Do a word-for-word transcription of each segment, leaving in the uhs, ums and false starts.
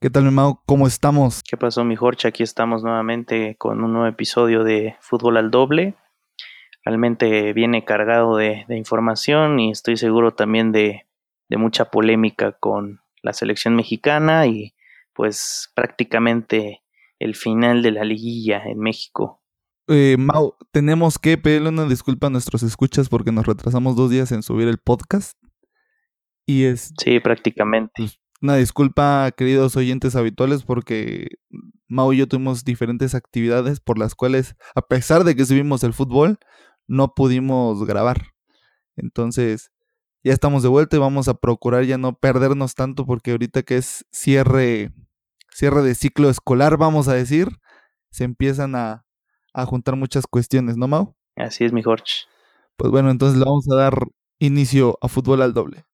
¿Qué tal, mi Mau? ¿Cómo estamos? ¿Qué pasó, mi Jorge? Aquí estamos nuevamente con un nuevo episodio de Fútbol al Doble. Realmente viene cargado de, de información y estoy seguro también de, de mucha polémica con la selección mexicana y pues prácticamente el final de la liguilla en México. Eh, Mau, tenemos que pedirle una disculpa a nuestros escuchas porque nos retrasamos dos días en subir el podcast. Y es Sí, prácticamente. pues, una disculpa, queridos oyentes habituales, porque Mau y yo tuvimos diferentes actividades por las cuales, a pesar de que subimos el fútbol, no pudimos grabar. Entonces, ya estamos de vuelta y vamos a procurar ya no perdernos tanto porque ahorita que es cierre, cierre de ciclo escolar, vamos a decir, se empiezan a, a juntar muchas cuestiones, ¿no, Mau? Así es, mi Jorge. Pues bueno, entonces le vamos a dar inicio a Fútbol al Doble.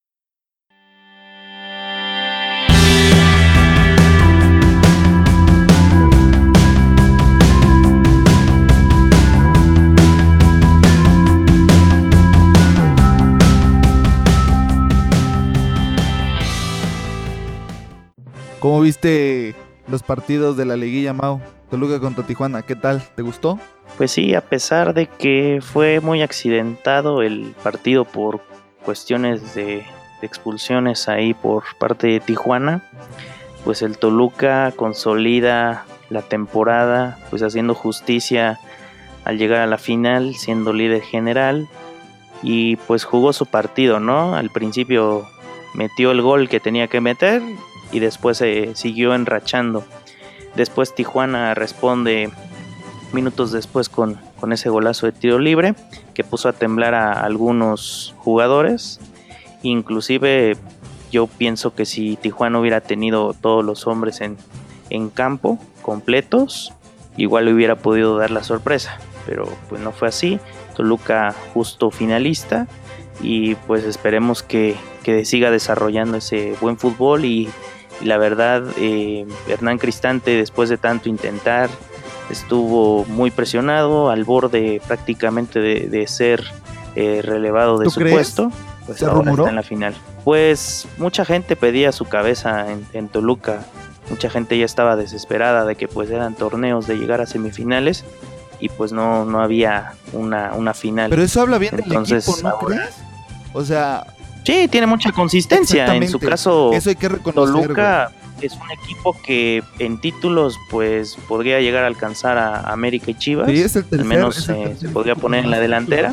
¿Cómo viste los partidos de la liguilla, Mau? Toluca contra Tijuana, ¿qué tal? ¿Te gustó? Pues sí, a pesar de que fue muy accidentado el partido por cuestiones de, de expulsiones ahí por parte de Tijuana, pues el Toluca consolida la temporada, pues haciendo justicia al llegar a la final, siendo líder general, y pues jugó su partido, ¿no? Al principio metió el gol que tenía que meter y después se siguió enrachando. Después Tijuana responde minutos después con, con ese golazo de tiro libre que puso a temblar a algunos jugadores. Inclusive yo pienso que si Tijuana hubiera tenido todos los hombres en, en campo completos, igual hubiera podido dar la sorpresa, pero pues no fue así. Toluca justo finalista y pues esperemos que, que siga desarrollando ese buen fútbol y, y la verdad eh, Hernán Cristante, después de tanto intentar, estuvo muy presionado, al borde prácticamente de, de ser eh, relevado de su crees? puesto. Pues ¿Se ahora rumoró? está en la final. Pues mucha gente pedía su cabeza en, en Toluca, mucha gente ya estaba desesperada de que pues eran torneos de llegar a semifinales y pues no, no había una, una final. Pero eso habla bien Entonces, del equipo, ¿no ahora, crees? O sea, sí, tiene mucha consistencia. En su caso, eso hay que reconocer, Toluca es un equipo que en títulos pues podría llegar a alcanzar a América y Chivas. Sí, es el tercer, al menos es el eh, tercer se podría equipo poner en la más delantera.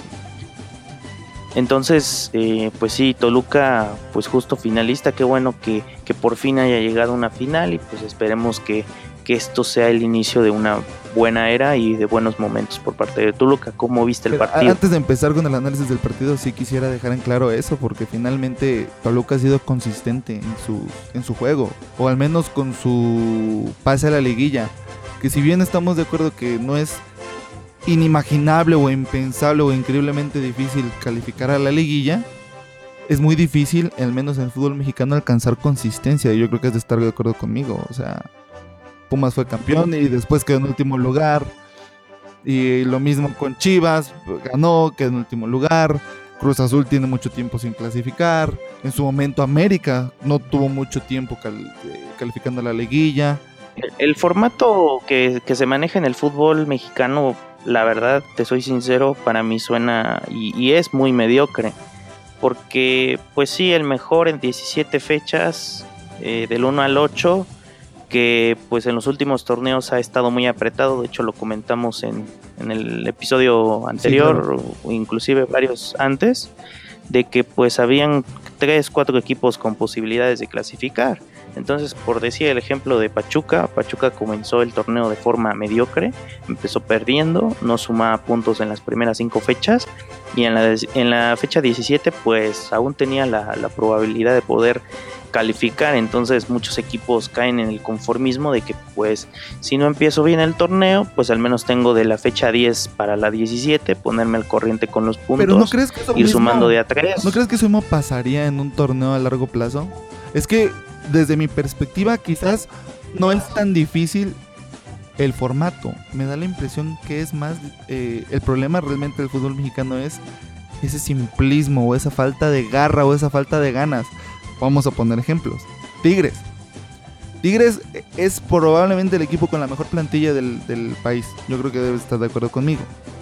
Entonces, eh, pues sí, Toluca, pues justo finalista. Qué bueno que, que por fin haya llegado a una final y pues esperemos que, que esto sea el inicio de una buena era y de buenos momentos por parte de Toluca. ¿Cómo viste el Pero partido? Antes de empezar con el análisis del partido, sí quisiera dejar en claro eso, porque finalmente Toluca ha sido consistente en su, en su juego, o al menos con su pase a la liguilla, que si bien estamos de acuerdo que no es inimaginable o impensable o increíblemente difícil calificar a la liguilla, es muy difícil, al menos en el fútbol mexicano, alcanzar consistencia. Y yo creo que es de estar de acuerdo conmigo. O sea, Pumas fue campeón y después quedó en último lugar. Y lo mismo con Chivas, ganó, quedó en último lugar. Cruz Azul tiene mucho tiempo sin clasificar. En su momento América no tuvo mucho tiempo cal- calificando a la liguilla. El, el formato que, que se maneja en el fútbol mexicano, la verdad, te soy sincero, para mí suena y, y es muy mediocre. Porque, pues sí, el mejor en diecisiete fechas, eh, del uno al ocho, que pues en los últimos torneos ha estado muy apretado. De hecho, lo comentamos en, en el episodio anterior, sí, claro, o inclusive varios antes, de que pues habían tres, cuatro equipos con posibilidades de clasificar. Entonces, por decir el ejemplo de Pachuca, Pachuca comenzó el torneo de forma mediocre, empezó perdiendo, no sumaba puntos en las primeras cinco fechas y en la, en la fecha diecisiete pues aún tenía la, la probabilidad de poder calificar. Entonces muchos equipos caen en el conformismo de que pues si no empiezo bien el torneo, pues al menos tengo de la fecha diez para la diecisiete, ponerme al corriente con los puntos. Pero ¿no crees que eso ir mismo, sumando de a tres? ¿No crees que eso mismo pasaría en un torneo a largo plazo? Es que desde mi perspectiva quizás no es tan difícil el formato. Me da la impresión que es más eh, el problema realmente del fútbol mexicano es ese simplismo o esa falta de garra o esa falta de ganas. Vamos a poner ejemplos. Tigres. Tigres es probablemente el equipo con la mejor plantilla del, del país. Yo creo que debes estar de acuerdo conmigo.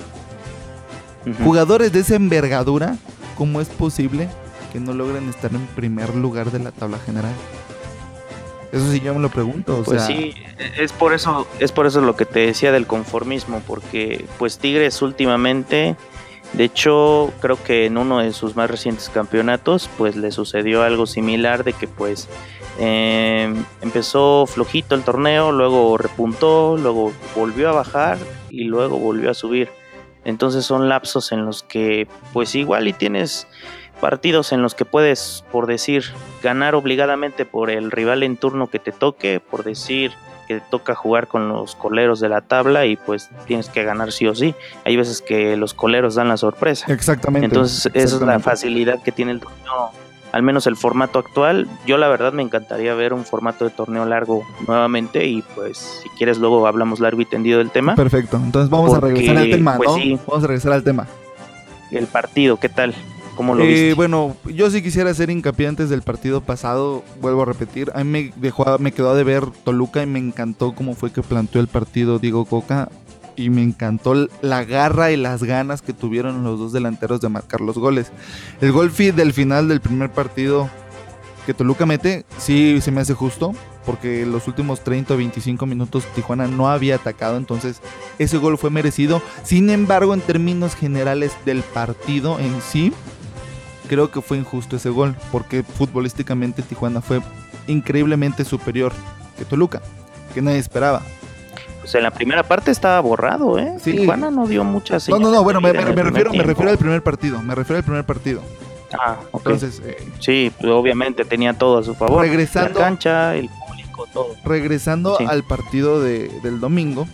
Uh-huh. Jugadores de esa envergadura, ¿cómo es posible que no logren estar en primer lugar de la tabla general? Eso sí yo me lo pregunto. O pues sea... sí, es por eso, es por eso lo que te decía del conformismo, porque pues Tigres últimamente, de hecho, creo que en uno de sus más recientes campeonatos, pues le sucedió algo similar de que pues eh, empezó flojito el torneo, luego repuntó, luego volvió a bajar y luego volvió a subir. Entonces son lapsos en los que pues igual y tienes partidos en los que puedes, por decir, ganar obligadamente por el rival en turno que te toque, por decir que te toca jugar con los coleros de la tabla y pues tienes que ganar sí o sí. Hay veces que los coleros dan la sorpresa. Exactamente. Entonces esa es la facilidad que tiene el torneo, al menos el formato actual. Yo la verdad me encantaría ver un formato de torneo largo nuevamente y pues si quieres luego hablamos largo y tendido del tema. Perfecto, entonces vamos porque, a regresar al tema, pues ¿no? Sí, vamos a regresar al tema. El partido, ¿qué tal? ¿Cómo lo eh, viste? Bueno, yo sí quisiera hacer hincapié antes del partido pasado, vuelvo a repetir, a mí me dejó, me quedó de ver Toluca y me encantó cómo fue que planteó el partido Diego Coca y me encantó la garra y las ganas que tuvieron los dos delanteros de marcar los goles. El gol del final del primer partido que Toluca mete, sí se me hace justo, porque los últimos treinta o veinticinco minutos Tijuana no había atacado, entonces ese gol fue merecido. Sin embargo, en términos generales del partido en sí, creo que fue injusto ese gol, porque futbolísticamente Tijuana fue increíblemente superior que Toluca, que nadie esperaba. Pues en la primera parte estaba borrado, ¿eh? Sí. Tijuana no dio muchas señales. No, no, no, bueno, me, me, me, refiero, me refiero al primer partido, me refiero al primer partido. Ah, ok. Entonces, eh, sí, pues obviamente tenía todo a su favor. Regresando, la cancha, el público, todo. Regresando sí. al partido de, del domingo,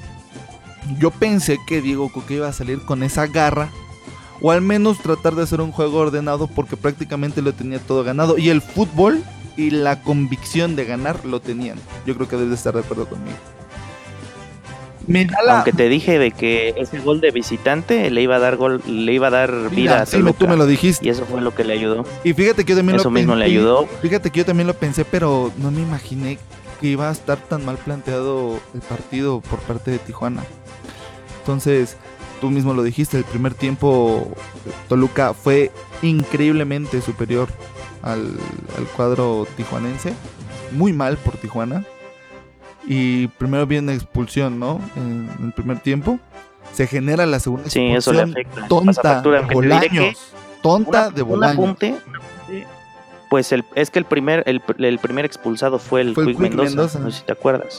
yo pensé que Diego Coca iba a salir con esa garra, o al menos tratar de hacer un juego ordenado, porque prácticamente lo tenía todo ganado, y el fútbol y la convicción de ganar lo tenían. Yo creo que debes estar de acuerdo conmigo. Me da la... Aunque te dije de que ese gol de visitante le iba a dar gol, le iba a dar vida Mira, a Toluca. Sí, tú me lo dijiste. Y eso fue lo que le ayudó. Y fíjate que yo también eso lo mismo pensé, le ayudó. Fíjate que yo también lo pensé, pero no me imaginé que iba a estar tan mal planteado el partido por parte de Tijuana. Entonces, tú mismo lo dijiste, el primer tiempo Toluca fue increíblemente superior al, al cuadro tijuanense. Muy mal por Tijuana. Y primero viene expulsión, ¿no? En, en el primer tiempo. Se genera la segunda sí, expulsión. Eso le afecta. Tonta de Bolaños. Tonta una, de Bolaños. Un apunte, pues el, es que el primer, el, el primer expulsado fue el fue Quick, Quick Mendoza, Mendoza. No sé si te acuerdas.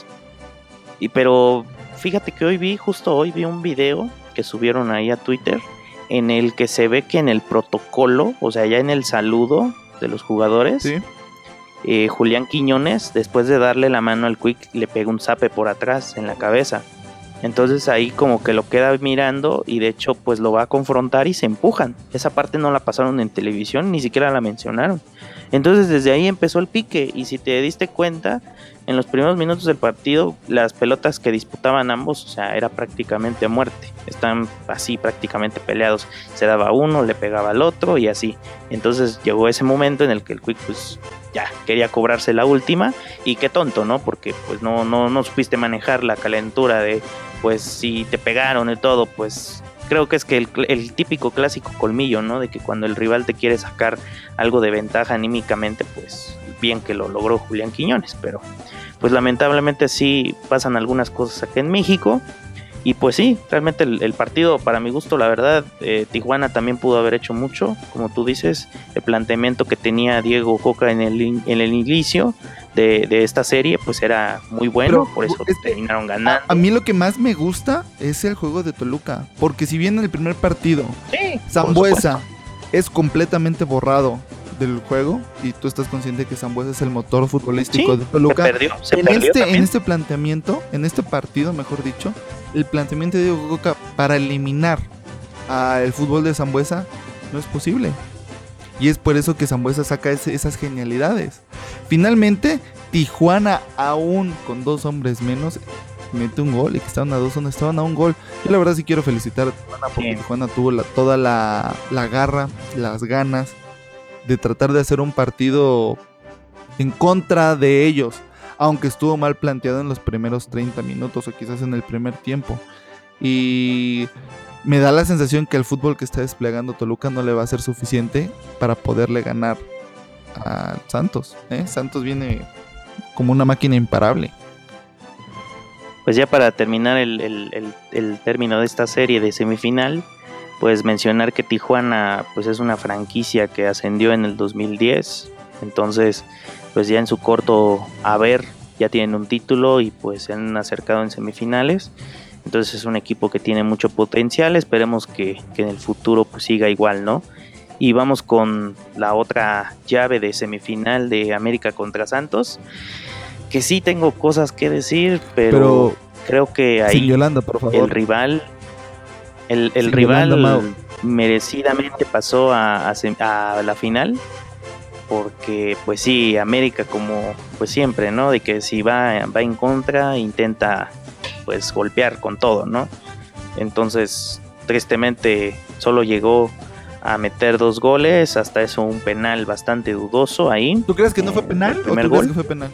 Y pero fíjate que hoy vi, justo hoy vi un video que subieron ahí a Twitter, en el que se ve que en el protocolo, o sea, ya en el saludo de los jugadores, ¿sí? Eh, Julián Quiñones, después de darle la mano al Quick, le pega un zape por atrás en la cabeza. Entonces ahí como que lo queda mirando y de hecho pues lo va a confrontar y se empujan. Esa parte no la pasaron en televisión, ni siquiera la mencionaron. Entonces desde ahí empezó el pique y si te diste cuenta, en los primeros minutos del partido las pelotas que disputaban ambos, o sea, era prácticamente a muerte. Están así prácticamente peleados. Se daba uno, le pegaba al otro y así. Entonces llegó ese momento en el que el Quick pues ya quería cobrarse la última y qué tonto, ¿no? Porque pues no, no, no supiste manejar la calentura de pues si te pegaron y todo, pues creo que es que el, el típico clásico colmillo, ¿no? De que cuando el rival te quiere sacar algo de ventaja anímicamente, pues bien que lo logró Julián Quiñones, pero pues lamentablemente sí pasan algunas cosas acá en México. Y pues sí, realmente el, el partido, para mi gusto, la verdad, eh, Tijuana también pudo haber hecho mucho, como tú dices, el planteamiento que tenía Diego Coca en el, en el inicio de, de esta serie, pues era muy bueno, pero por eso es, terminaron ganando. A, a mí lo que más me gusta es el juego de Toluca, porque si bien en el primer partido, sí, Sambuesa es completamente borrado del juego, y tú estás consciente que Sambuesa es el motor futbolístico sí, de Toluca, se perdió, se en, perdió este, también. en este planteamiento, en este partido, mejor dicho, el planteamiento de Diego Coca para eliminar al fútbol de Sambuesa no es posible. Y es por eso que Sambuesa saca ese, esas genialidades. Finalmente, Tijuana, aún con dos hombres menos, mete un gol y que estaban a dos, donde estaban a un gol. Yo la verdad sí quiero felicitar a Tijuana porque sí. Tijuana tuvo la, toda la, la garra, las ganas de tratar de hacer un partido en contra de ellos. aunque estuvo mal planteado en los primeros treinta minutos o quizás en el primer tiempo. Y me da la sensación que el fútbol que está desplegando Toluca no le va a ser suficiente para poderle ganar a Santos, ¿eh? Santos viene como una máquina imparable. Pues ya para terminar el, el, el, el término de esta serie de semifinal, pues mencionar que Tijuana pues es una franquicia que ascendió en el dos mil diez, entonces pues ya en su corto haber ya tienen un título y pues se han acercado en semifinales, entonces es un equipo que tiene mucho potencial, esperemos que, que en el futuro pues siga igual, ¿no? Y vamos con la otra llave de semifinal de América contra Santos, que sí tengo cosas que decir, pero, pero creo que ahí Yolanda, por favor. el rival el, el rival Yolanda, merecidamente pasó a, a, a la final, porque pues sí, América como pues siempre, ¿no? De que si va, va en contra, intenta pues golpear con todo, ¿no? Entonces, tristemente solo llegó a meter dos goles, hasta eso un penal bastante dudoso ahí. ¿Tú crees que no fue penal? El primer ¿O tú gol? crees que fue penal?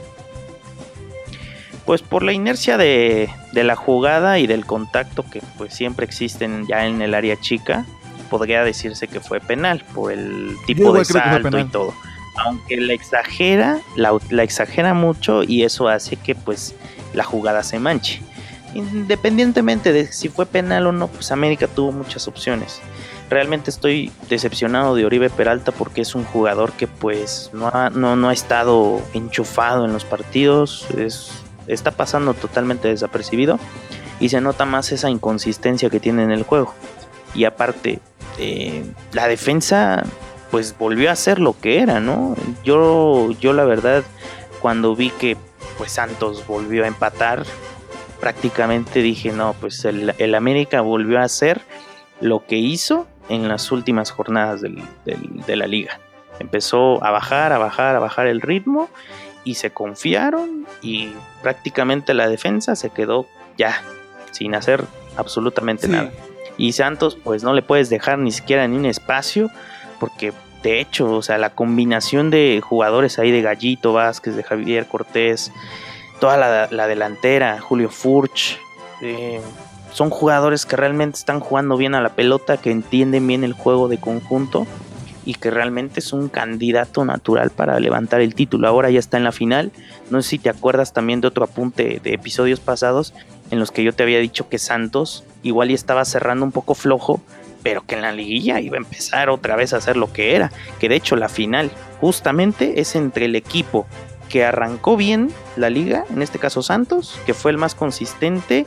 Pues por la inercia de, de la jugada y del contacto que pues siempre existen ya en el área chica, podría decirse que fue penal por el tipo de salto y todo. Aunque la exagera, la, la exagera mucho y eso hace que pues la jugada se manche. Independientemente de si fue penal o no, pues América tuvo muchas opciones. Realmente estoy decepcionado de Oribe Peralta porque es un jugador que pues no ha, no, no ha estado enchufado en los partidos, es... está pasando totalmente desapercibido y se nota más esa inconsistencia que tiene en el juego. Y aparte, eh, la defensa pues volvió a ser lo que era, ¿no? Yo, yo la verdad, cuando vi que pues Santos volvió a empatar, prácticamente dije, no, pues el, el América volvió a hacer lo que hizo en las últimas jornadas del, del, de la liga. Empezó a bajar, a bajar, a bajar el ritmo y se confiaron y prácticamente la defensa se quedó ya sin hacer absolutamente sí. nada. Y Santos pues no le puedes dejar ni siquiera ni un espacio porque de hecho, o sea, la combinación de jugadores ahí de Gallito Vázquez, de Javier Cortés, toda la, la delantera, Julio Furch, eh, son jugadores que realmente están jugando bien a la pelota, que entienden bien el juego de conjunto y que realmente es un candidato natural para levantar el título. Ahora ya está en la final. No sé si te acuerdas también de otro apunte de episodios pasados en los que yo te había dicho que Santos igual ya estaba cerrando un poco flojo, pero que en la liguilla iba a empezar otra vez a hacer lo que era, que de hecho la final justamente es entre el equipo que arrancó bien la liga, en este caso Santos, que fue el más consistente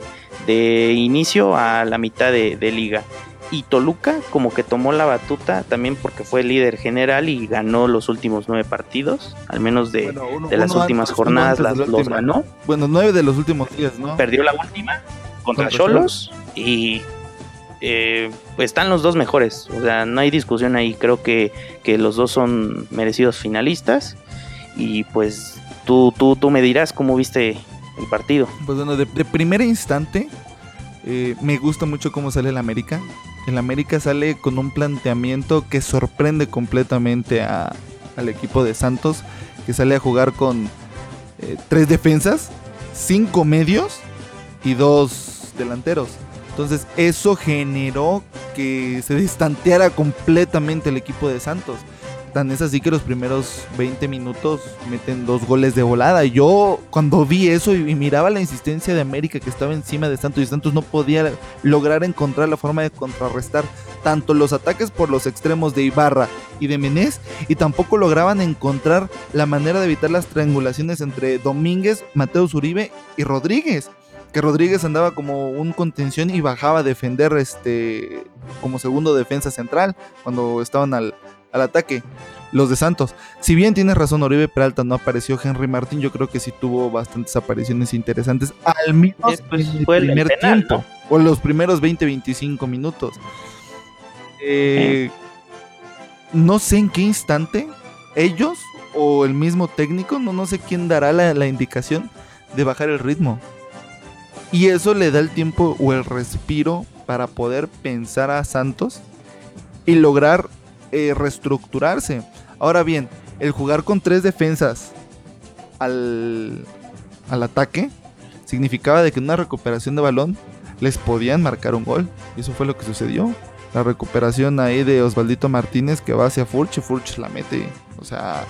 de inicio a la mitad de, de liga, y Toluca como que tomó la batuta también porque fue el líder general y ganó los últimos nueve partidos, al menos de, bueno, uno, de las últimas antes, jornadas las, los última. ganó. Bueno, nueve de los últimos días, ¿no? Perdió la última contra Xolos y eh, pues están los dos mejores, o sea, no hay discusión ahí, creo que, que los dos son merecidos finalistas y pues tú, tú, tú me dirás cómo viste el partido. Pues bueno, de, de primer instante eh, me gusta mucho cómo sale el América. El América sale con un planteamiento que sorprende completamente a, al equipo de Santos, que sale a jugar con eh, tres defensas, cinco medios y dos delanteros. Entonces eso generó que se distanteara completamente el equipo de Santos. Tan es así que los primeros veinte minutos meten dos goles de volada. Yo cuando vi eso y miraba la insistencia de América que estaba encima de Santos y Santos no podía lograr encontrar la forma de contrarrestar tanto los ataques por los extremos de Ibarra y de Menés, y tampoco lograban encontrar la manera de evitar las triangulaciones entre Domínguez, Mateus Uribe y Rodríguez, que Rodríguez andaba como un contención y bajaba a defender este como segundo defensa central cuando estaban al al ataque los de Santos. Si bien tienes razón, Oribe Peralta no apareció, Henry Martín yo creo que sí tuvo bastantes apariciones interesantes, al menos pues en el fue primer el penal, tiempo, ¿no? O en los primeros veinte a veinticinco minutos. Eh, ¿Eh? No sé en qué instante ellos o el mismo técnico, no, no sé quién dará la, la indicación de bajar el ritmo. Y eso le da el tiempo o el respiro para poder pensar a Santos y lograr Eh, reestructurarse. Ahora bien, el jugar con tres defensas al, al ataque, significaba de que en una recuperación de balón les podían marcar un gol. Y eso fue lo que sucedió. La recuperación ahí de Osvaldito Martínez que va hacia Furch y Furch la mete. O sea,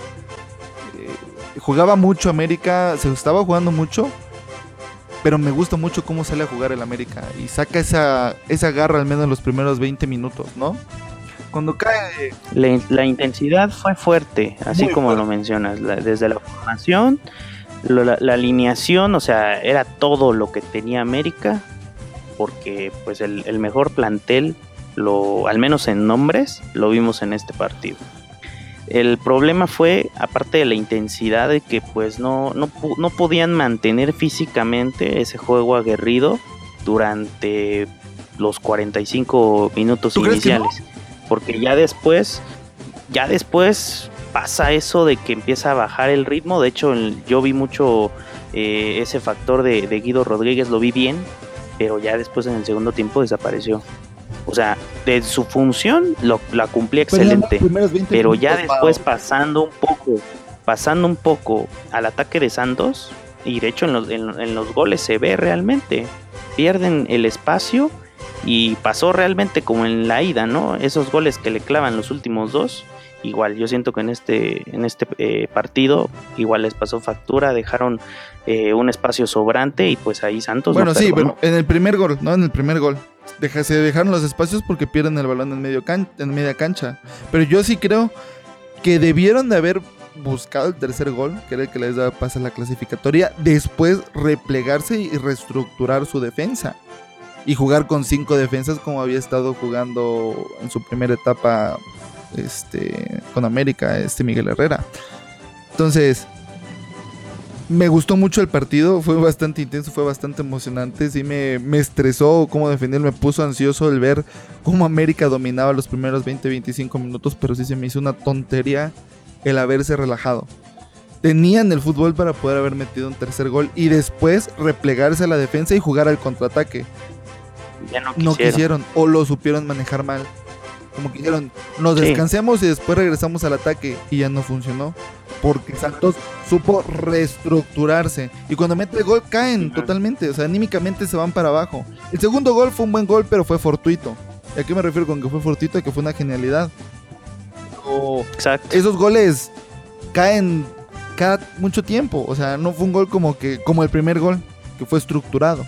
eh, jugaba mucho América, se estaba jugando mucho, pero me gusta mucho cómo sale a jugar el América y saca esa, esa garra al menos en los primeros veinte minutos, ¿no? Cuando cae... La, la intensidad fue fuerte, así Muy como fuerte. lo mencionas, la, desde la formación, lo, la, la alineación, o sea, era todo lo que tenía América, porque pues el, el mejor plantel, lo, al menos en nombres, lo vimos en este partido. El problema fue, aparte de la intensidad, de que pues no, no, no podían mantener físicamente ese juego aguerrido durante los cuarenta y cinco minutos iniciales. No? Porque ya después, ya después pasa eso de que empieza a bajar el ritmo. De hecho, yo vi mucho eh, ese factor de, de Guido Rodríguez, lo vi bien, pero ya después en el segundo tiempo desapareció. O sea, de su función lo, la cumplía excelente, pero, pero ya después pasando un poco, pasando un poco al ataque de Santos, y de hecho en los, en, en los goles se ve realmente, pierden el espacio y pasó realmente como en la ida, ¿no? Esos goles que le clavan los últimos dos, igual yo siento que en este, en este eh, partido igual les pasó factura, dejaron eh, un espacio sobrante y pues ahí Santos bueno, no sí, perdonó. pero en el primer gol, ¿no? En el primer gol. Deja, se dejaron los espacios porque pierden el balón en, medio can, en media cancha. Pero yo sí creo que debieron de haber buscado el tercer gol, que era el que les daba pase a la clasificatoria, después replegarse y reestructurar su defensa. Y jugar con cinco defensas como había estado jugando en su primera etapa este, con América, este Miguel Herrera. Entonces... me gustó mucho el partido, fue bastante intenso, fue bastante emocionante, sí me, me estresó cómo defender, me puso ansioso el ver cómo América dominaba los primeros veinte a veinticinco minutos, pero sí se me hizo una tontería el haberse relajado. Tenían el fútbol para poder haber metido un tercer gol y después replegarse a la defensa y jugar al contraataque. Ya no quisieron. No quisieron, o lo supieron manejar mal. Como que dijeron, nos sí. descansemos y después regresamos al ataque, y ya no funcionó. Porque Santos supo reestructurarse. Y cuando mete el gol caen uh-huh. totalmente. O sea, anímicamente se van para abajo. El segundo gol fue un buen gol, pero fue fortuito. ¿Y a qué me refiero con que fue fortuito? Que fue una genialidad. Oh, exacto. Esos goles caen cada mucho tiempo. O sea, no fue un gol como que como el primer gol, que fue estructurado.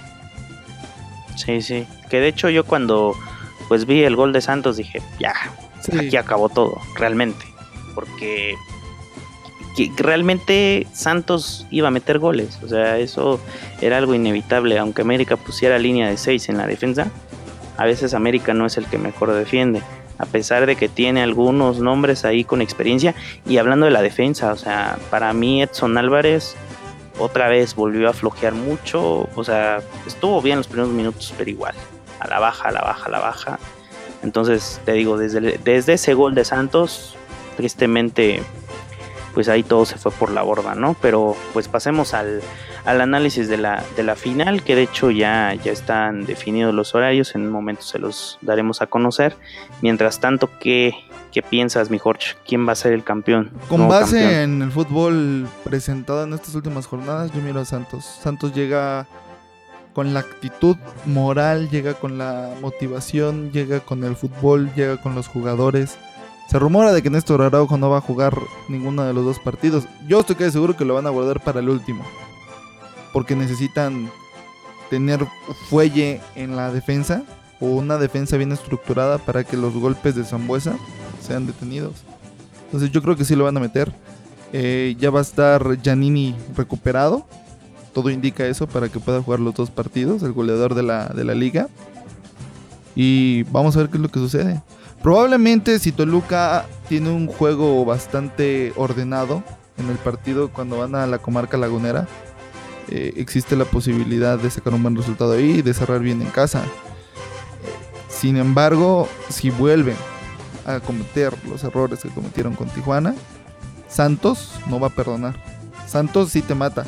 Sí, sí. Que de hecho yo cuando pues vi el gol de Santos dije, ya, sí. aquí acabó todo, realmente. Porque... que realmente Santos iba a meter goles, o sea, eso era algo inevitable, aunque América pusiera línea de seis en la defensa, a veces América no es el que mejor defiende, a pesar de que tiene algunos nombres ahí con experiencia. Y hablando de la defensa, o sea, para mí Edson Álvarez otra vez volvió a flojear mucho, o sea, estuvo bien los primeros minutos, pero igual, a la baja, a la baja, a la baja. Entonces, te digo, desde, desde ese gol de Santos, tristemente... pues ahí todo se fue por la borda, ¿no? Pero pues pasemos al, al análisis de la, de la final, que de hecho ya, ya están definidos los horarios, en un momento se los daremos a conocer. Mientras tanto, ¿qué, qué piensas, mi Jorge? ¿Quién va a ser el campeón? Con base campeón? en el fútbol presentado en estas últimas jornadas, yo miro a Santos. Santos llega con la actitud moral, llega con la motivación, llega con el fútbol, llega con los jugadores. Se rumora de que Néstor Araujo no va a jugar ninguno de los dos partidos. Yo estoy casi seguro que lo van a guardar para el último, porque necesitan tener fuelle en la defensa, o una defensa bien estructurada para que los golpes de Sambuesa sean detenidos. Entonces yo creo que sí lo van a meter. Eh, ya va a estar Giannini recuperado. Todo indica eso para que pueda jugar los dos partidos, el goleador de la, de la liga. Y vamos a ver qué es lo que sucede. Probablemente si Toluca tiene un juego bastante ordenado en el partido cuando van a la comarca lagunera, eh, existe la posibilidad de sacar un buen resultado ahí y de cerrar bien en casa. Eh, sin embargo, si vuelven a cometer los errores que cometieron con Tijuana, Santos no va a perdonar. Santos sí te mata.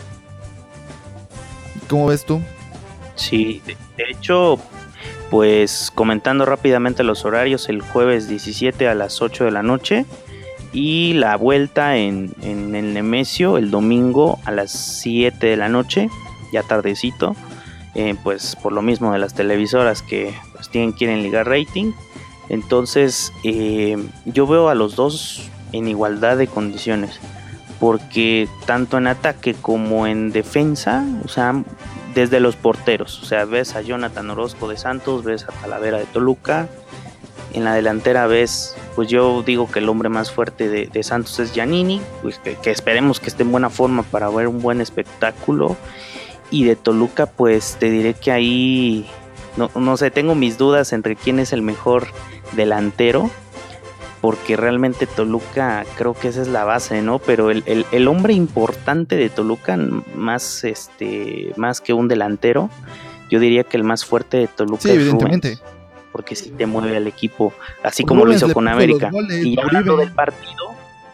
¿Cómo ves tú? Sí, de, de hecho... pues comentando rápidamente los horarios, el jueves diecisiete a las ocho de la noche y la vuelta en, en el Nemesio el domingo a las siete de la noche, ya tardecito, eh, pues por lo mismo de las televisoras que pues, tienen, quieren ligar rating. Entonces eh, yo veo a los dos en igualdad de condiciones, porque tanto en ataque como en defensa, o sea, desde los porteros, o sea, ves a Jonathan Orozco de Santos, ves a Talavera de Toluca. En la delantera ves, pues yo digo que el hombre más fuerte de, de Santos es Giannini, pues que, que esperemos que esté en buena forma para ver un buen espectáculo. Y de Toluca, pues te diré que ahí, no, no sé, tengo mis dudas entre quién es el mejor delantero, porque realmente Toluca creo que esa es la base, ¿no? Pero el, el, el hombre importante de Toluca, más, este, más que un delantero, yo diría que el más fuerte de Toluca sí, es evidentemente. Rubens, porque sí te mueve al equipo, así como Rubens lo hizo con América. Goles, y ya hablando del partido,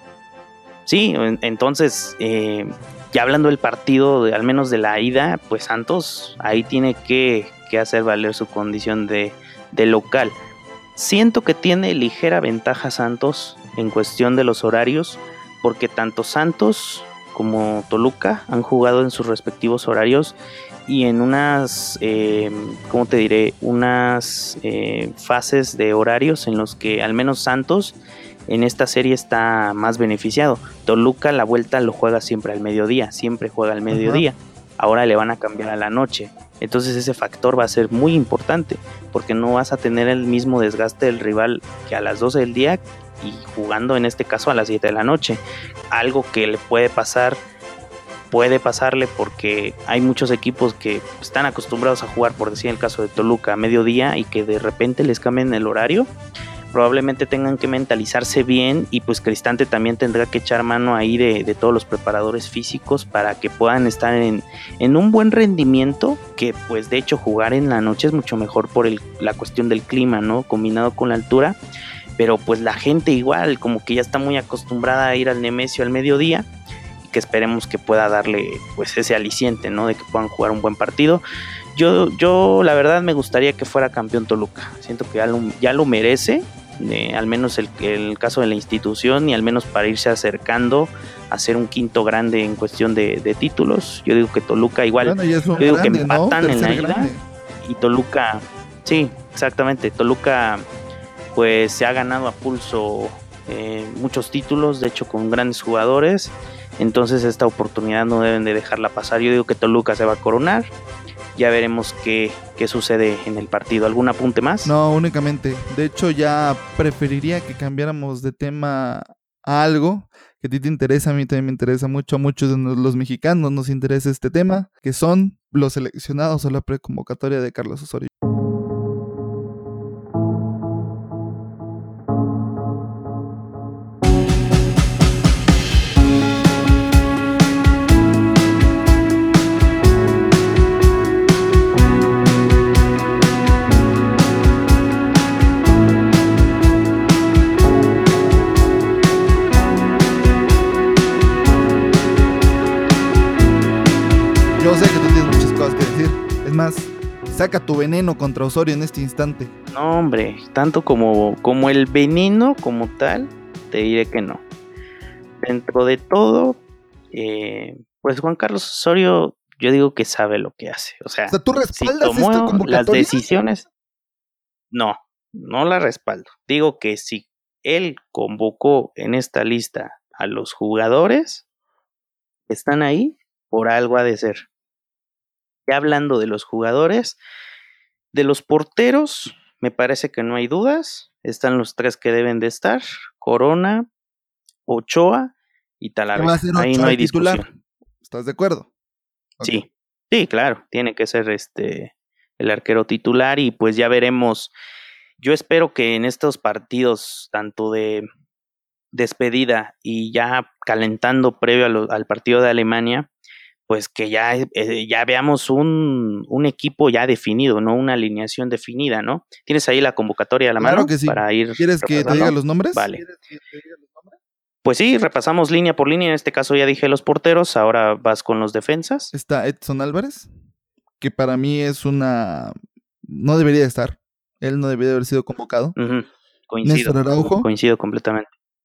sí, entonces, eh, ya hablando del partido, de, al menos de la ida, pues Santos ahí tiene que, que hacer valer su condición de, de local. Siento que tiene ligera ventaja Santos en cuestión de los horarios, porque tanto Santos como Toluca han jugado en sus respectivos horarios y en unas, eh, ¿cómo te diré? Unas eh, fases de horarios en los que al menos Santos en esta serie está más beneficiado. Toluca la vuelta lo juega siempre al mediodía, siempre juega al mediodía. Ajá. Ahora le van a cambiar a la noche. Entonces ese factor va a ser muy importante, porque no vas a tener el mismo desgaste del rival que a las doce del día y jugando en este caso a las siete de la noche. Algo que le puede pasar, puede pasarle porque hay muchos equipos que están acostumbrados a jugar, por decir el caso de Toluca, a mediodía y que de repente les cambien el horario. Probablemente tengan que mentalizarse bien y pues Cristante también tendrá que echar mano ahí de, de todos los preparadores físicos para que puedan estar en, en un buen rendimiento, que pues de hecho jugar en la noche es mucho mejor por el, la cuestión del clima, ¿no? Combinado con la altura, pero pues la gente igual como que ya está muy acostumbrada a ir al Nemesio al mediodía y que esperemos que pueda darle pues ese aliciente, ¿no? De que puedan jugar un buen partido. Yo, yo la verdad me gustaría que fuera campeón Toluca, siento que ya lo, ya lo merece. Eh, al menos el, el caso de la institución y al menos para irse acercando a ser un quinto grande en cuestión de, de títulos. Yo digo que Toluca igual, bueno, yo digo grande, que empatan, ¿no? En la ida y Toluca, sí, exactamente, Toluca pues se ha ganado a pulso eh, muchos títulos, de hecho con grandes jugadores, entonces esta oportunidad no deben de dejarla pasar. Yo digo que Toluca se va a coronar. Ya veremos qué, qué sucede en el partido. ¿Algún apunte más? No, únicamente. De hecho, ya preferiría que cambiáramos de tema a algo que a ti te interesa, a mí también me interesa mucho, a muchos de los mexicanos nos interesa este tema, que son los seleccionados a la preconvocatoria de Carlos Osorio. Yo sé que tú tienes muchas cosas que decir. Es más, saca tu veneno contra Osorio en este instante. No, hombre, tanto como, como el veneno como tal, te diré que no. Dentro de todo, eh, pues Juan Carlos Osorio, yo digo que sabe lo que hace. O sea, o sea ¿tú respaldas si tomó esta convocatoria? Las decisiones, no, no la respaldo. Digo que si él convocó en esta lista a los jugadores que están ahí, por algo ha de ser. Ya hablando de los jugadores, de los porteros, me parece que no hay dudas. Están los tres que deben de estar: Corona, Ochoa y Talavera. Ahí no hay titular. Discusión. ¿Estás de acuerdo? Okay. Sí, sí, claro. Tiene que ser este el arquero titular y pues ya veremos. Yo espero que en estos partidos, tanto de despedida y ya calentando previo a lo, al partido de Alemania, pues que ya, eh, ya veamos un, un equipo ya definido, ¿no? Una alineación definida, ¿no? ¿Tienes ahí la convocatoria a la claro mano? Que sí. Para ir ¿Quieres repasando? Que te diga los nombres? Vale. Pues sí, repasamos línea por línea. En este caso ya dije los porteros, ahora vas con los defensas. Está Edson Álvarez, que para mí es una... no debería estar. Él no debería haber sido convocado. Uh-huh. Coincido. Néstor Araujo. Coincido completamente.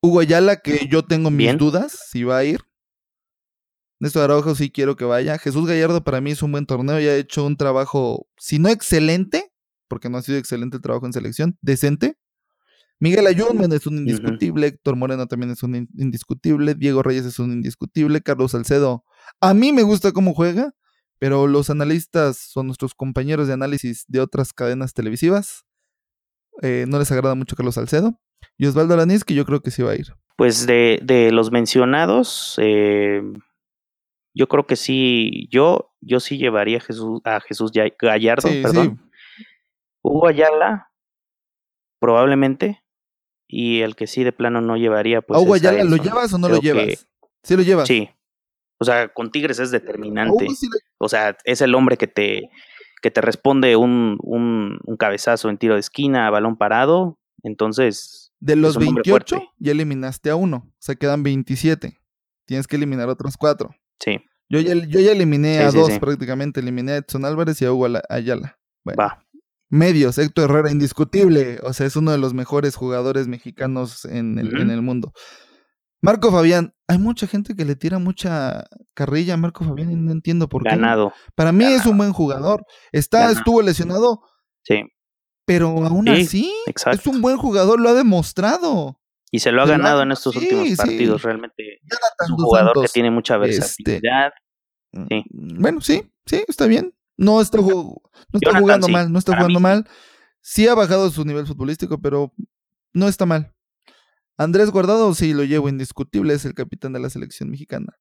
Hugo Ayala, que yo tengo mis Bien. dudas si va a ir. Néstor Araujo sí quiero que vaya. Jesús Gallardo para mí es un buen torneo y ha hecho un trabajo, si no excelente, porque no ha sido excelente el trabajo en selección, decente. Miguel Ayun es un indiscutible, uh-huh. Héctor Moreno también es un indiscutible, Diego Reyes es un indiscutible, Carlos Salcedo, a mí me gusta cómo juega, pero los analistas son nuestros compañeros de análisis de otras cadenas televisivas, eh, no les agrada mucho Carlos Salcedo, y Osvaldo Alanís, que yo creo que sí va a ir. Pues de, de los mencionados, eh, yo creo que sí, yo, yo sí llevaría a Jesús, a Jesús Gallardo, sí, perdón. Sí. Hugo Ayala, probablemente, y el que sí de plano no llevaría, pues. ¿A Hugo Ayala lo llevas o no creo lo llevas? Que, sí lo llevas. Sí. O sea, con Tigres es determinante. Sí lo... O sea, es el hombre que te, que te responde un, un, un cabezazo en tiro de esquina, a balón parado. Entonces. De los veintiocho, ya eliminaste a uno. O sea, quedan veintisiete. Tienes que eliminar otros cuatro. Sí. Yo ya, yo ya eliminé sí, a sí, dos sí. prácticamente. Eliminé a Edson Álvarez y a Hugo Ayala. Bueno. Va. Medios, Héctor Herrera, indiscutible. O sea, es uno de los mejores jugadores mexicanos en el, uh-huh. en el mundo. Marco Fabián, hay mucha gente que le tira mucha carrilla a Marco Fabián y no entiendo por Ganado. qué. Para mí Ganado. es un buen jugador. Está, Ganado. Estuvo lesionado. Sí. Pero aún sí, así, exacto. es un buen jugador, lo ha demostrado. Y se lo ha se ganado lo ha... en estos sí, últimos partidos, sí. Realmente. Jonathan es un jugador Santos, que tiene mucha versatilidad. Este, sí. Bueno, sí, sí, está bien. No está, no está Jonathan, jugando sí. mal, no está Para jugando mí, mal. Sí ha bajado su nivel futbolístico, pero no está mal. Andrés Guardado sí lo llevo indiscutible, es el capitán de la selección mexicana.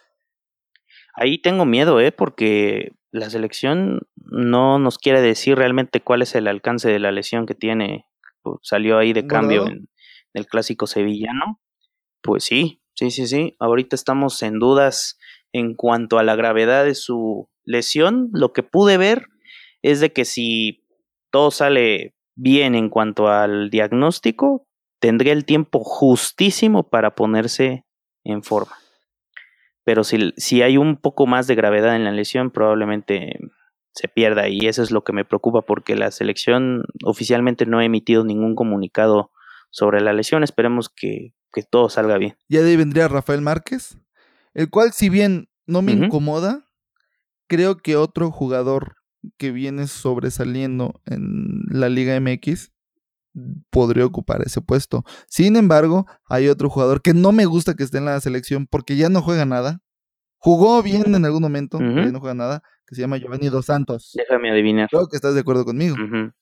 Ahí tengo miedo, ¿eh? Porque la selección no nos quiere decir realmente cuál es el alcance de la lesión que tiene. Salió ahí de cambio en, en el clásico sevillano. Pues sí, sí, sí, sí. Ahorita estamos en dudas en cuanto a la gravedad de su lesión. Lo que pude ver es de que si todo sale bien en cuanto al diagnóstico, tendría el tiempo justísimo para ponerse en forma. Pero si, si hay un poco más de gravedad en la lesión, probablemente se pierda, y eso es lo que me preocupa, porque la selección oficialmente no ha emitido ningún comunicado sobre la lesión. Esperemos que, que todo salga bien. Ya de ahí vendría Rafael Márquez, el cual, si bien no me uh-huh. incomoda, creo que otro jugador que viene sobresaliendo en la Liga M X podría ocupar ese puesto. Sin embargo, hay otro jugador que no me gusta que esté en la selección porque ya no juega nada. Jugó bien en algún momento, uh-huh. pero ya no juega nada, que se llama Giovanni Dos Santos. Déjame adivinar. Creo que estás de acuerdo conmigo. Uh-huh.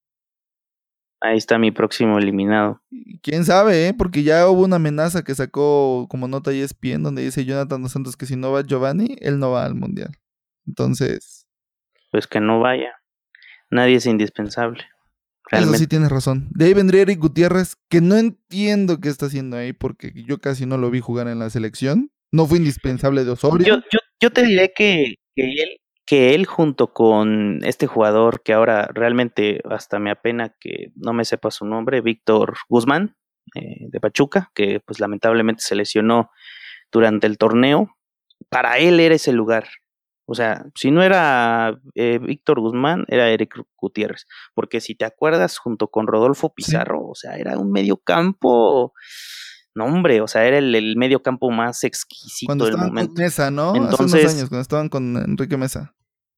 Ahí está mi próximo eliminado. Quién sabe, ¿eh? Porque ya hubo una amenaza que sacó como nota E S P N donde dice Jonathan Dos Santos que si no va Giovanni, él no va al Mundial. Entonces... Pues que no vaya. Nadie es indispensable. Realmente. Eso sí tienes razón. De ahí vendría Eric Gutiérrez, que no entiendo qué está haciendo ahí, porque yo casi no lo vi jugar en la selección. No fue indispensable de Osorio. Yo, yo, yo te diré que, que, él, que él junto con este jugador, que ahora realmente hasta me apena que no me sepa su nombre, Víctor Guzmán, eh, de Pachuca, que pues lamentablemente se lesionó durante el torneo. Para él era ese lugar. O sea, si no era eh, Víctor Guzmán, era Eric Gutiérrez. Porque si te acuerdas, junto con Rodolfo Pizarro, sí. O sea, era un medio campo... No, hombre, o sea, era el, el medio campo más exquisito cuando del momento. Cuando estaban con Mesa, ¿no? Entonces, hace unos años, cuando estaban con Enrique Mesa.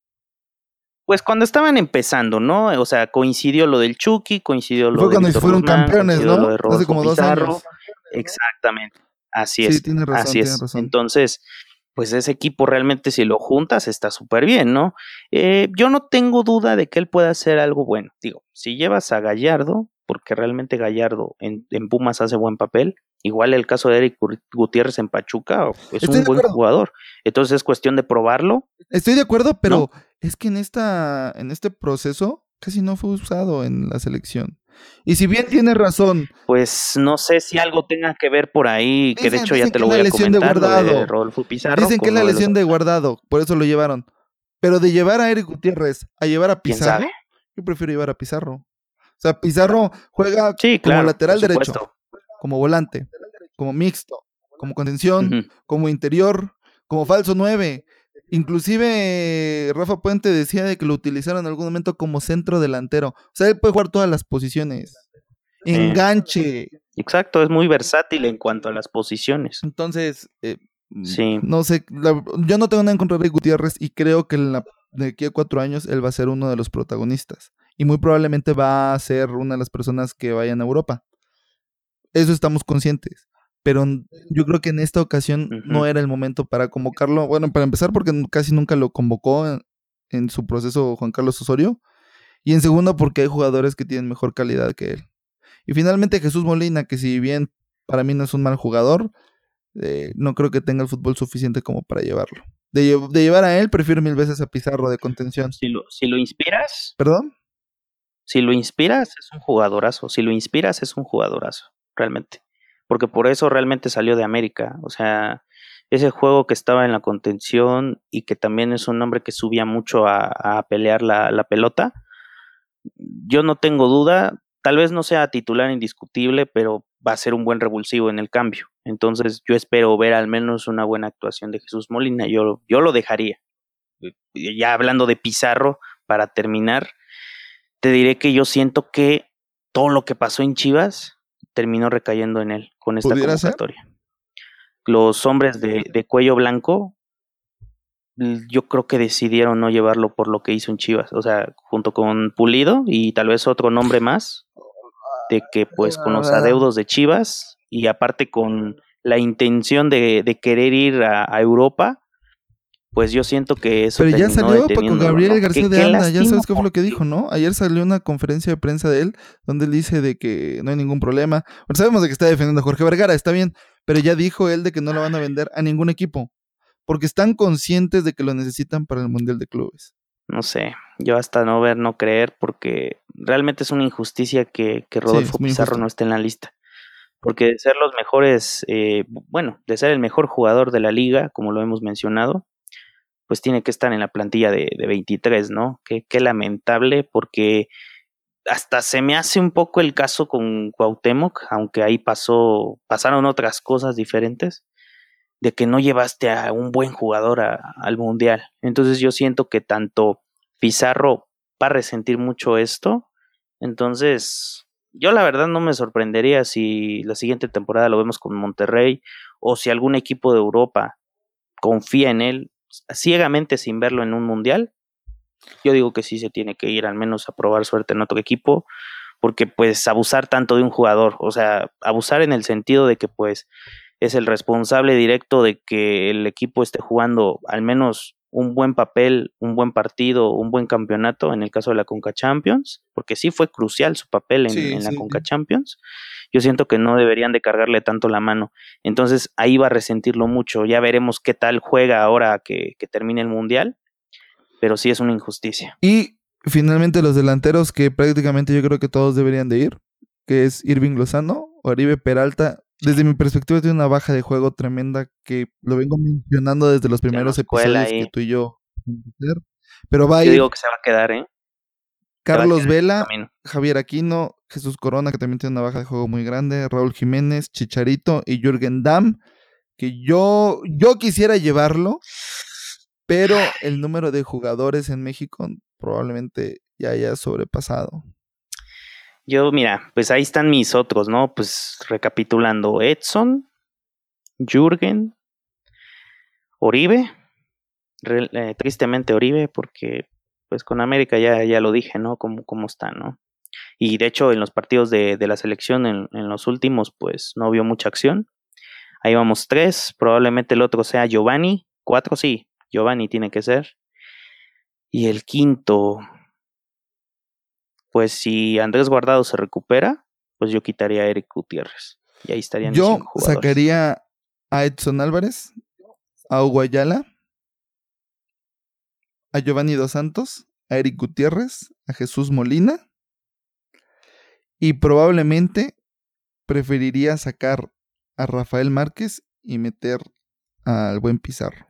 Pues cuando estaban empezando, ¿no? O sea, coincidió lo del Chucky, coincidió lo Fue de cuando Víctor fueron Guzmán, campeones, ¿no? Lo de Rodolfo hace como dos Pizarro. años. Exactamente. Así sí, es. Tiene razón, así tiene es. razón. Entonces... pues ese equipo realmente si lo juntas está súper bien, ¿no? Eh, yo no tengo duda de que él pueda hacer algo bueno. Digo, si llevas a Gallardo, porque realmente Gallardo en, en Pumas hace buen papel, igual el caso de Eric Gutiérrez en Pachuca, es Estoy un buen jugador. Entonces es cuestión de probarlo. Estoy de acuerdo, pero ¿no? Es que en esta, en este proceso casi no fue usado en la selección. Y si bien tiene razón, pues no sé si algo tenga que ver por ahí, dicen, que de hecho ya te lo voy a comentar, de Guardado. Lo de Rodolfo Pizarro. Dicen que es la lesión de Guardado, por eso lo llevaron. Pero de llevar a Eric Gutiérrez a llevar a Pizarro, yo prefiero llevar a Pizarro. O sea, Pizarro juega sí, claro, como lateral derecho, como volante, como mixto, como contención, uh-huh. como interior, como falso nueve. Inclusive Rafa Puente decía de que lo utilizaron en algún momento como centro delantero. O sea, él puede jugar todas las posiciones. enganche. Exacto, es muy versátil en cuanto a las posiciones. Entonces, eh, sí. no sé, la, yo no tengo nada en contra de Eric Gutiérrez y creo que en la, de aquí a cuatro años él va a ser uno de los protagonistas y muy probablemente va a ser una de las personas que vayan a Europa. Eso estamos conscientes, pero yo creo que en esta ocasión uh-huh. no era el momento para convocarlo. Bueno, para empezar, porque casi nunca lo convocó en, en su proceso Juan Carlos Osorio, y en segundo, porque hay jugadores que tienen mejor calidad que él. Y finalmente Jesús Molina, que si bien para mí no es un mal jugador, eh, no creo que tenga el fútbol suficiente como para llevarlo. De, de llevar a él, prefiero mil veces a Pizarro de contención. Si lo, si lo inspiras... ¿Perdón? Si lo inspiras, es un jugadorazo. Si lo inspiras, es un jugadorazo, realmente. Porque por eso realmente salió de América. O sea, ese juego que estaba en la contención y que también es un hombre que subía mucho a, a pelear la, la pelota, yo no tengo duda, tal vez no sea titular indiscutible, pero va a ser un buen revulsivo en el cambio. Entonces yo espero ver al menos una buena actuación de Jesús Molina. Yo, yo lo dejaría. Ya hablando de Pizarro, para terminar, te diré que yo siento que todo lo que pasó en Chivas terminó recayendo en él con esta convocatoria. Ser? Los hombres de, de cuello blanco, yo creo que decidieron no llevarlo por lo que hizo en Chivas, o sea, junto con Pulido y tal vez otro nombre más, de que pues con los adeudos de Chivas y aparte con la intención de, de querer ir a, a Europa, pues yo siento que eso Pero ya salió Paco Gabriel ¿no? García de Anda, ya sabes qué fue lo que dijo, ¿no? Ayer salió una conferencia de prensa de él donde él dice de que no hay ningún problema. Bueno, sabemos de que está defendiendo a Jorge Vergara, está bien, pero ya dijo él de que no lo van a vender a ningún equipo, porque están conscientes de que lo necesitan para el Mundial de Clubes. No sé, yo hasta no ver, no creer, porque realmente es una injusticia que, que Rodolfo sí, Pizarro injusto. No esté en la lista. Porque de ser los mejores, eh, bueno, de ser el mejor jugador de la liga, como lo hemos mencionado, pues tiene que estar en la plantilla de, de veintitrés, ¿no? Qué, qué lamentable, porque hasta se me hace un poco el caso con Cuauhtémoc, aunque ahí pasó, pasaron otras cosas diferentes, de que no llevaste a un buen jugador a, al Mundial. Entonces yo siento que tanto Pizarro va a resentir mucho esto, entonces yo la verdad no me sorprendería si la siguiente temporada lo vemos con Monterrey, o si algún equipo de Europa confía en él ciegamente sin verlo en un mundial. Yo digo que sí se tiene que ir al menos a probar suerte en otro equipo, porque pues abusar tanto de un jugador, o sea, abusar en el sentido de que pues es el responsable directo de que el equipo esté jugando al menos un buen papel, un buen partido, un buen campeonato, en el caso de la Conca Champions, porque sí fue crucial su papel en, sí, en la sí. Conca Champions. Yo siento que no deberían de cargarle tanto la mano, entonces ahí va a resentirlo mucho. Ya veremos qué tal juega ahora que, que termine el Mundial, pero sí es una injusticia. Y finalmente los delanteros que prácticamente yo creo que todos deberían de ir, que es Irving Lozano, Oribe Peralta. Desde mi perspectiva tiene una baja de juego tremenda que lo vengo mencionando desde los primeros episodios ahí. que tú y yo. Pero va a yo ir. digo que se va a quedar, ¿eh? Carlos Vela, Javier Aquino, Jesús Corona, que también tiene una baja de juego muy grande, Raúl Jiménez, Chicharito y Jürgen Damm, que yo, yo quisiera llevarlo, pero el número de jugadores en México probablemente ya haya sobrepasado. Yo, mira, pues ahí están mis otros, ¿no? Pues recapitulando, Edson, Jürgen, Oribe, re, eh, tristemente Oribe, porque pues con América ya, ya lo dije, ¿no? Cómo, cómo está, ¿no? Y de hecho en los partidos de, de la selección, en, en los últimos, pues no vio mucha acción. Ahí vamos tres, probablemente el otro sea Giovanni, cuatro sí, Giovanni tiene que ser. Y el quinto, pues si Andrés Guardado se recupera, pues yo quitaría a Eric Gutiérrez. Y ahí estarían yo mis cinco jugadores. Sacaría a Edson Álvarez, a Hugo Ayala, a Giovanni Dos Santos, a Eric Gutiérrez, a Jesús Molina, y probablemente preferiría sacar a Rafael Márquez y meter al buen Pizarro.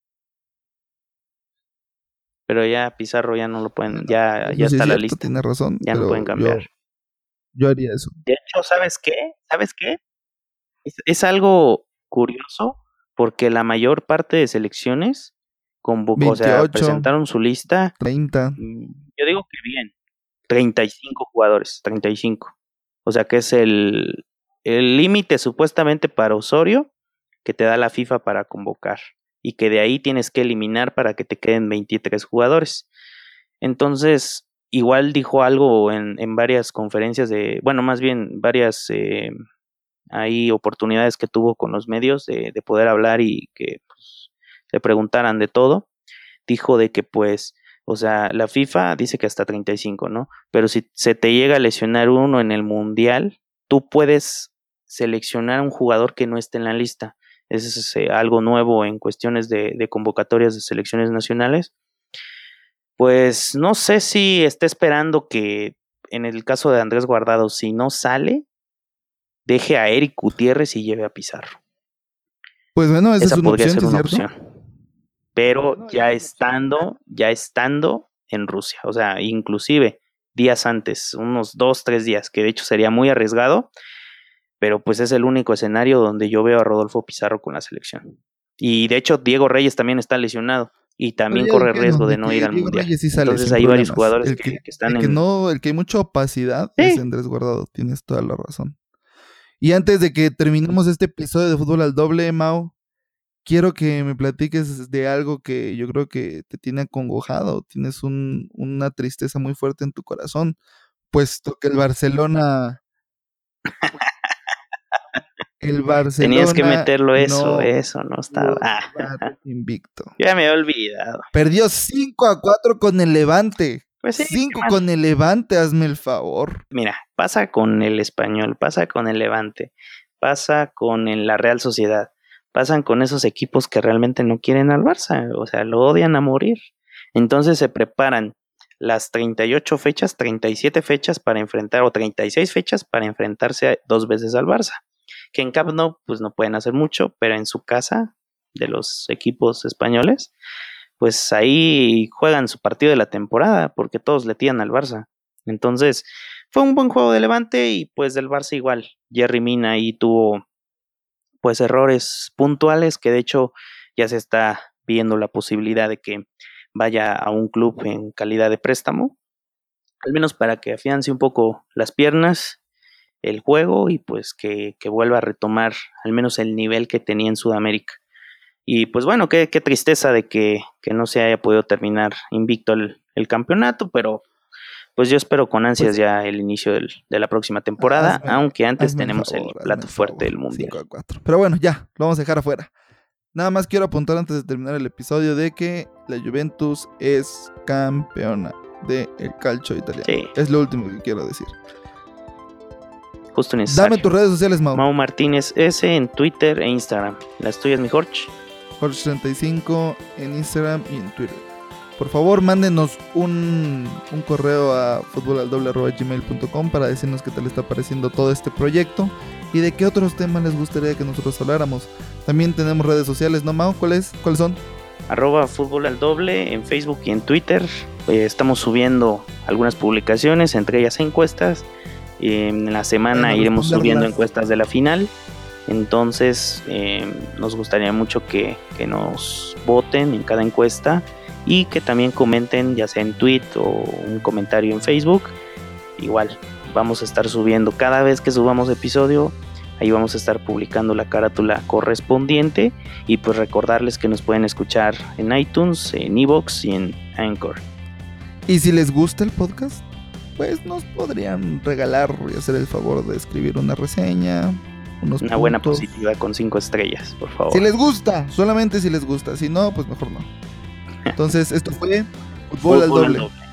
Pero ya Pizarro ya no lo pueden, ya, ya sí está es la cierto, lista. Tiene razón, ya no pueden cambiar. Yo, yo haría eso. De hecho, ¿sabes qué? ¿Sabes qué? Es, es algo curioso porque la mayor parte de selecciones convocó, o sea, presentaron su lista. treinta. Yo digo que bien. treinta y cinco jugadores, treinta y cinco. O sea que es el el límite supuestamente para Osorio que te da la FIFA para convocar y que de ahí tienes que eliminar para que te queden veintitrés jugadores. Entonces, igual dijo algo en, en varias conferencias de, bueno, más bien varias eh, hay oportunidades que tuvo con los medios de, de poder hablar y que pues, le preguntaran de todo. Dijo de que pues, o sea, la FIFA dice que hasta treinta y cinco, ¿no? Pero si se te llega a lesionar uno en el Mundial, tú puedes seleccionar a un jugador que no esté en la lista. Eso es eh, algo nuevo en cuestiones de, de convocatorias de selecciones nacionales. Pues no sé si está esperando que en el caso de Andrés Guardado, si no sale, deje a Eric Gutiérrez y lleve a Pizarro. Pues bueno, esa, esa es una podría opción, ser una ¿cierto? opción. Pero bueno, ya estando, ya estando en Rusia, o sea, inclusive días antes, unos dos, tres días, que de hecho sería muy arriesgado, pero pues es el único escenario donde yo veo a Rodolfo Pizarro con la selección. Y de hecho Diego Reyes también está lesionado y también corre riesgo de no ir al Diego Mundial. Reyes sí sale, entonces hay problemas. varios jugadores el que, que, que están el que en... no, el que hay mucha opacidad sí. es Andrés Guardado, tienes toda la razón. Y antes de que terminemos este episodio de Fútbol al Doble, Mau, quiero que me platiques de algo que yo creo que te tiene acongojado, tienes un, una tristeza muy fuerte en tu corazón, puesto que el Barcelona... El Barcelona Tenías que meterlo eso, no eso no estaba ah. invicto. Ya me he olvidado. Perdió cinco a cuatro con el Levante. Pues sí, cinco con el Levante, hazme el favor. Mira, pasa con el Español, pasa con el Levante, pasa con el, la Real Sociedad, pasan con esos equipos que realmente no quieren al Barça, o sea, lo odian a morir. Entonces se preparan las treinta y ocho fechas, treinta y siete fechas para enfrentar, o treinta y seis fechas para enfrentarse dos veces al Barça. Que en Camp Nou pues no pueden hacer mucho, pero en su casa de los equipos españoles, pues ahí juegan su partido de la temporada, porque todos le tiran al Barça. Entonces, fue un buen juego de Levante y pues del Barça igual. Jerry Mina ahí tuvo pues errores puntuales que de hecho ya se está viendo la posibilidad de que vaya a un club en calidad de préstamo, al menos para que afiance un poco las piernas, el juego y pues que, que vuelva a retomar al menos el nivel que tenía en Sudamérica. Y pues bueno, qué, qué tristeza de que, que no se haya podido terminar invicto el, el campeonato, pero pues yo espero con ansias pues, ya el inicio del, de la próxima temporada, hazme, aunque antes tenemos el, favor, el plato el fuerte del Mundial. cinco a cuatro. Pero bueno, ya, lo vamos a dejar afuera. Nada más quiero apuntar antes de terminar el episodio de que la Juventus es campeona del calcio italiano. Sí. Es lo último que quiero decir. Justo necesario. Dame tus redes sociales, Mau. Mau Martínez S en Twitter e Instagram. Las tuyas, mi Jorge. Jorge treinta y cinco en Instagram y en Twitter. Por favor, mándenos un, un correo a futbolaldoble arroba gmail punto com para decirnos qué tal está pareciendo todo este proyecto y de qué otros temas les gustaría que nosotros habláramos. También tenemos redes sociales, ¿no, Mau? ¿Cuáles, ¿Cuáles son? Arroba Fútbol al Doble en Facebook y en Twitter. Eh, estamos subiendo algunas publicaciones, entre ellas encuestas. Eh, en la semana bueno, iremos subiendo encuestas de la final. Entonces eh, nos gustaría mucho que, que nos voten en cada encuesta y que también comenten ya sea en tweet o un comentario en Facebook. Igual vamos a estar subiendo cada vez que subamos episodio, ahí vamos a estar publicando la carátula correspondiente y pues recordarles que nos pueden escuchar en iTunes, en iVoox y en Anchor. Y si les gusta el podcast, pues nos podrían regalar y hacer el favor de escribir una reseña, unos una puntos. Buena positiva con cinco estrellas, por favor. Si les gusta, solamente si les gusta, si no, pues mejor no. Entonces, esto fue Fútbol, Fútbol al Doble. Al doble.